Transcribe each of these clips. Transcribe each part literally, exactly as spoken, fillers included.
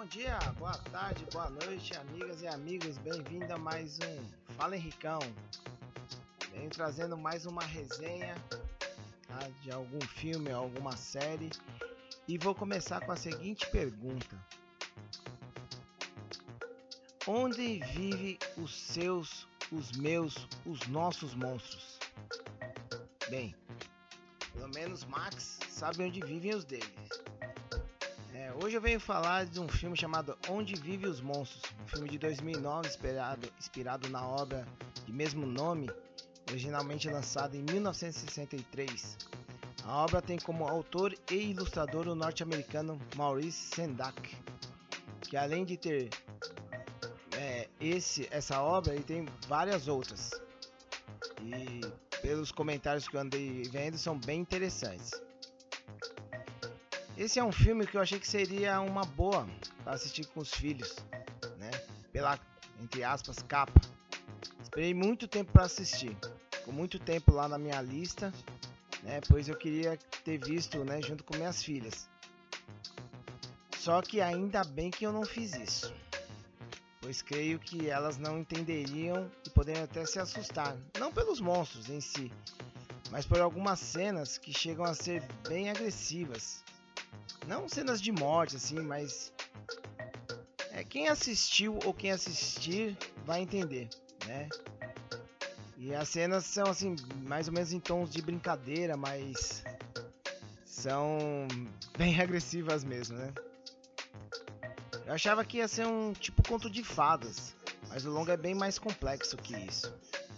dia, boa tarde, boa noite, amigas e amigos. Bem-vindo a mais um Fala Henricão. Venho trazendo mais uma resenha, tá, de algum filme, alguma série. E vou começar com a seguinte pergunta: onde vive os seus, os meus, os nossos monstros? Bem, pelo menos Max sabe onde vivem os dele. É, hoje eu venho falar de um filme chamado Onde Vivem os Monstros, um filme de dois mil e nove inspirado, inspirado na obra de mesmo nome, originalmente lançada em mil novecentos e sessenta e três. A obra tem como autor e ilustrador o norte-americano Maurice Sendak, que além de ter é, esse, essa obra, ele tem várias outras, e pelos comentários que eu andei vendo são bem interessantes. Esse é um filme que eu achei que seria uma boa para assistir com os filhos, né? Pela, entre aspas, capa. Esperei muito tempo para assistir, com muito tempo lá na minha lista, né? Pois eu queria ter visto, né, junto com minhas filhas. Só que ainda bem que eu não fiz isso, pois creio que elas não entenderiam e poderiam até se assustar, não pelos monstros em si, mas por algumas cenas que chegam a ser bem agressivas. Não cenas de morte assim, mas é, quem assistiu ou quem assistir vai entender, né? E as cenas são assim, mais ou menos em tons de brincadeira, mas são bem agressivas mesmo, né? Eu achava que ia ser um tipo conto de fadas, mas o longa é bem mais complexo que isso.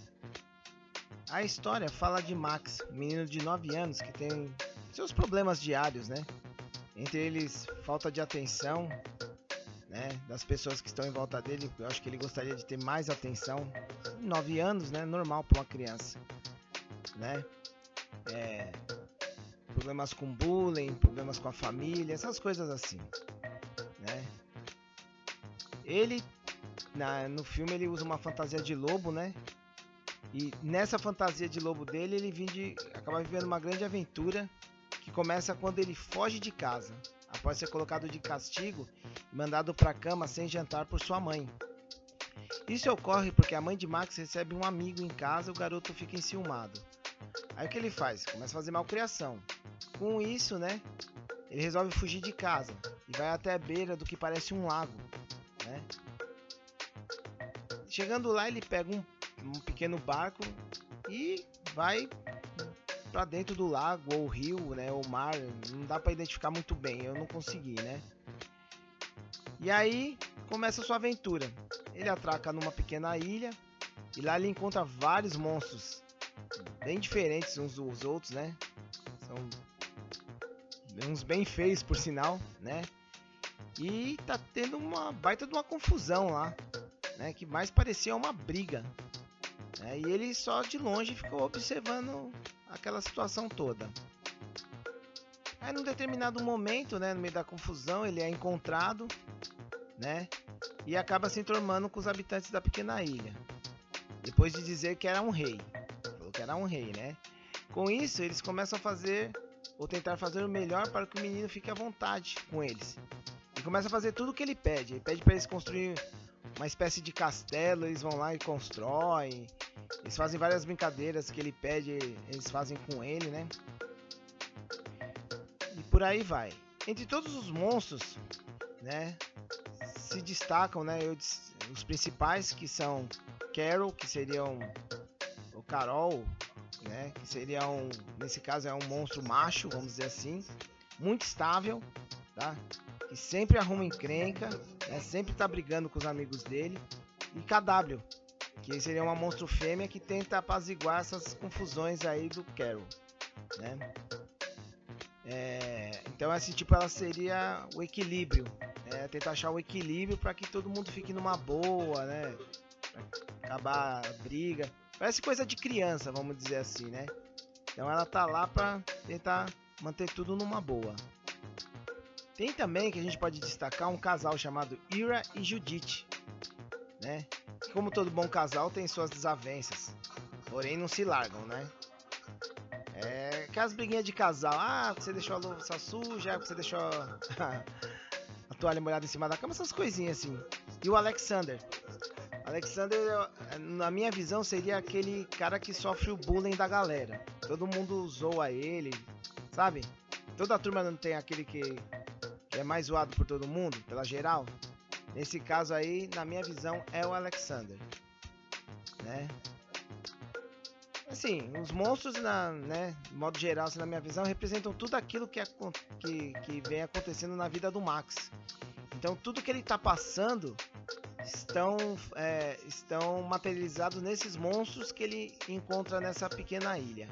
A história fala de Max, um menino de nove anos que tem seus problemas diários, né? Entre eles, falta de atenção, né, das pessoas que estão em volta dele. Eu acho que ele gostaria de ter mais atenção. nove anos, né? Normal para uma criança, né? É, problemas com bullying, problemas com a família, essas coisas assim, né? Ele, na, no filme, ele usa uma fantasia de lobo, né? E nessa fantasia de lobo dele, ele vinde, acaba vivendo uma grande aventura que começa quando ele foge de casa, após ser colocado de castigo e mandado para a cama sem jantar por sua mãe. Isso ocorre porque a mãe de Max recebe um amigo em casa e o garoto fica enciumado. Aí o que ele faz? Começa a fazer malcriação. Com isso, né, ele resolve fugir de casa e vai até a beira do que parece um lago, né? Chegando lá, ele pega um, um pequeno barco e vai para dentro do lago ou rio, né, ou mar. Não dá para identificar muito bem, eu não consegui, né? E aí começa a sua aventura. Ele atraca numa pequena ilha e lá ele encontra vários monstros bem diferentes uns dos outros, né? São uns bem feios, por sinal, né? E tá tendo uma baita de uma confusão lá, né? Que mais parecia uma briga, né? E ele só de longe ficou observando aquela situação toda. Aí num determinado momento, né, no meio da confusão, ele é encontrado, né, e acaba se enturmando com os habitantes da pequena ilha, depois de dizer que era um rei. Falou que era um rei, né? Com isso, eles começam a fazer, ou tentar fazer o melhor para que o menino fique à vontade com eles. E começa a fazer tudo o que ele pede. Ele pede para eles construir uma espécie de castelo, eles vão lá e constroem. Eles fazem várias brincadeiras que ele pede, eles fazem com ele, né? E por aí vai. Entre todos os monstros, né, se destacam, né, eu, os principais, que são Carol, que seriam o Carol, né, que seria um, nesse caso é um monstro macho, vamos dizer assim, muito estável, tá? Que sempre arruma encrenca, né, sempre tá brigando com os amigos dele. E K W, que seria uma monstro fêmea que tenta apaziguar essas confusões aí do Carol, né? É, então assim, tipo, ela seria o equilíbrio, né? Tentar achar o equilíbrio para que todo mundo fique numa boa, né? Pra acabar a briga. Parece coisa de criança, vamos dizer assim, né? Então ela tá lá para tentar manter tudo numa boa. Tem também, que a gente pode destacar, um casal chamado Ira e Judith, né? Como todo bom casal, tem suas desavenças, porém não se largam, né? É aquelas briguinhas de casal. Ah, você deixou a louça suja, você deixou a toalha molhada em cima da cama, essas coisinhas assim. E o Alexander. Alexander, na minha visão, seria aquele cara que sofre o bullying da galera. Todo mundo zoa ele, sabe? Toda a turma não tem aquele que, que é mais zoado por todo mundo, pela geral. Nesse caso aí, na minha visão, é o Alexander, né? Assim, os monstros, na, né, de modo geral, assim, na minha visão, representam tudo aquilo que, é, que, que vem acontecendo na vida do Max. Então, tudo que ele tá passando estão, é, estão materializados nesses monstros que ele encontra nessa pequena ilha.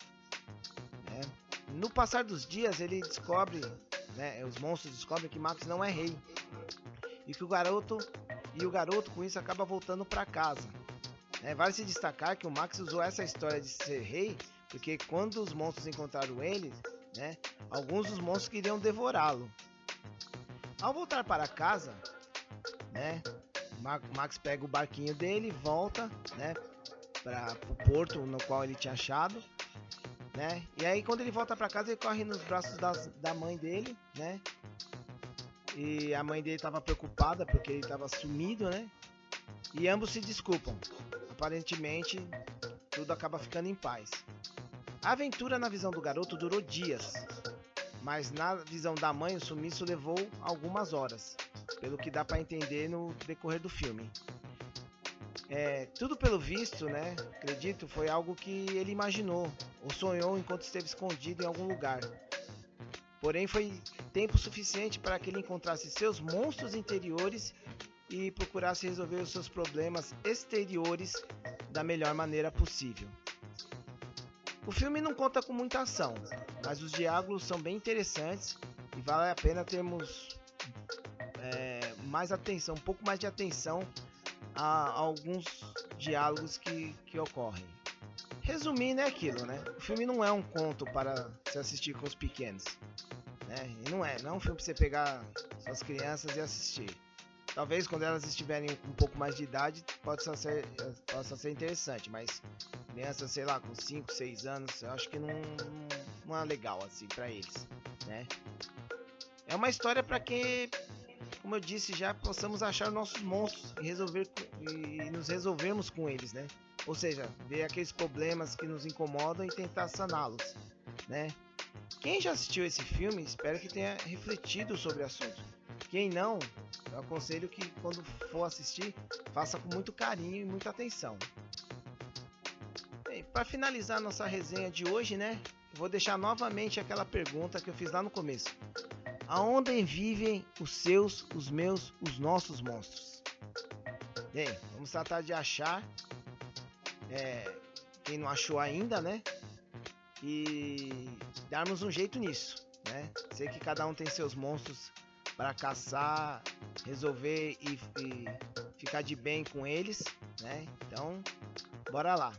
Né? No passar dos dias, ele descobre, né, os monstros descobrem que Max não é rei. E que o garoto, e o garoto com isso acaba voltando para casa. É, vale se destacar que o Max usou essa história de ser rei, porque quando os monstros encontraram ele, né, alguns dos monstros queriam devorá-lo. Ao voltar para casa, né, Max pega o barquinho dele e volta, né, para o porto no qual ele tinha achado, né, e aí quando ele volta para casa ele corre nos braços das, da mãe dele, né, e a mãe dele estava preocupada porque ele estava sumido, né, e ambos se desculpam. Aparentemente, tudo acaba ficando em paz. A aventura na visão do garoto durou dias, mas na visão da mãe o sumiço levou algumas horas, pelo que dá para entender no decorrer do filme. É, tudo pelo visto, né, acredito, foi algo que ele imaginou ou sonhou enquanto esteve escondido em algum lugar. Porém, foi tempo suficiente para que ele encontrasse seus monstros interiores e procurasse resolver os seus problemas exteriores da melhor maneira possível. O filme não conta com muita ação, mas os diálogos são bem interessantes e vale a pena termos é, mais atenção, um pouco mais de atenção a, a alguns diálogos que, que ocorrem. Resumindo, é aquilo, né? O filme não é um conto para se assistir com os pequenos, né? E não é, não é um filme para você pegar suas crianças e assistir. Talvez quando elas estiverem com um pouco mais de idade possa ser, possa ser interessante, mas crianças, sei lá, com cinco, seis anos, eu acho que não, não é legal assim para eles, né? É uma história para que, como eu disse, já possamos achar nossos monstros e, resolver, e nos resolvermos com eles, né? Ou seja, ver aqueles problemas que nos incomodam e tentar saná-los, né? Quem já assistiu esse filme, espero que tenha refletido sobre o assunto. Quem não, eu aconselho que quando for assistir, faça com muito carinho e muita atenção. Bem, para finalizar nossa resenha de hoje, né, eu vou deixar novamente aquela pergunta que eu fiz lá no começo. Aonde vivem os seus, os meus, os nossos monstros? Bem, vamos tratar de achar, é, quem não achou ainda, né, e darmos um jeito nisso, né. Sei que cada um tem seus monstros para caçar, resolver e, e ficar de bem com eles, né? Então, bora lá.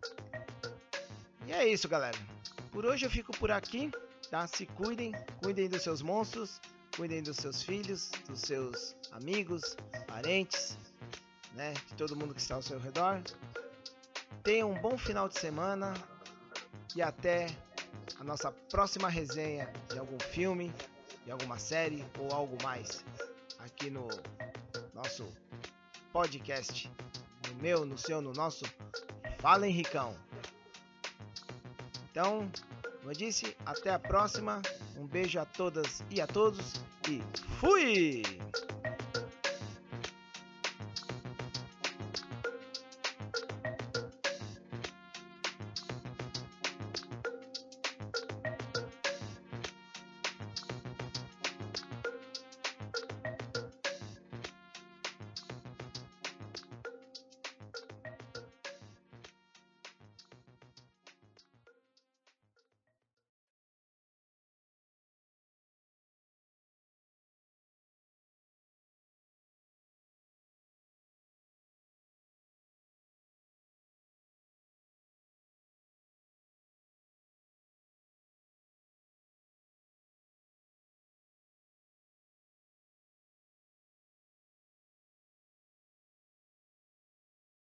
E é isso, galera. Por hoje eu fico por aqui, tá? Se cuidem, cuidem dos seus monstros, cuidem dos seus filhos, dos seus amigos, parentes, né? De todo mundo que está ao seu redor. Tenham um bom final de semana e até a nossa próxima resenha de algum filme, de alguma série ou algo mais aqui no nosso podcast, no meu, no seu, no nosso Fala Henricão. Então, como eu disse, até a próxima, um beijo a todas e a todos e fui!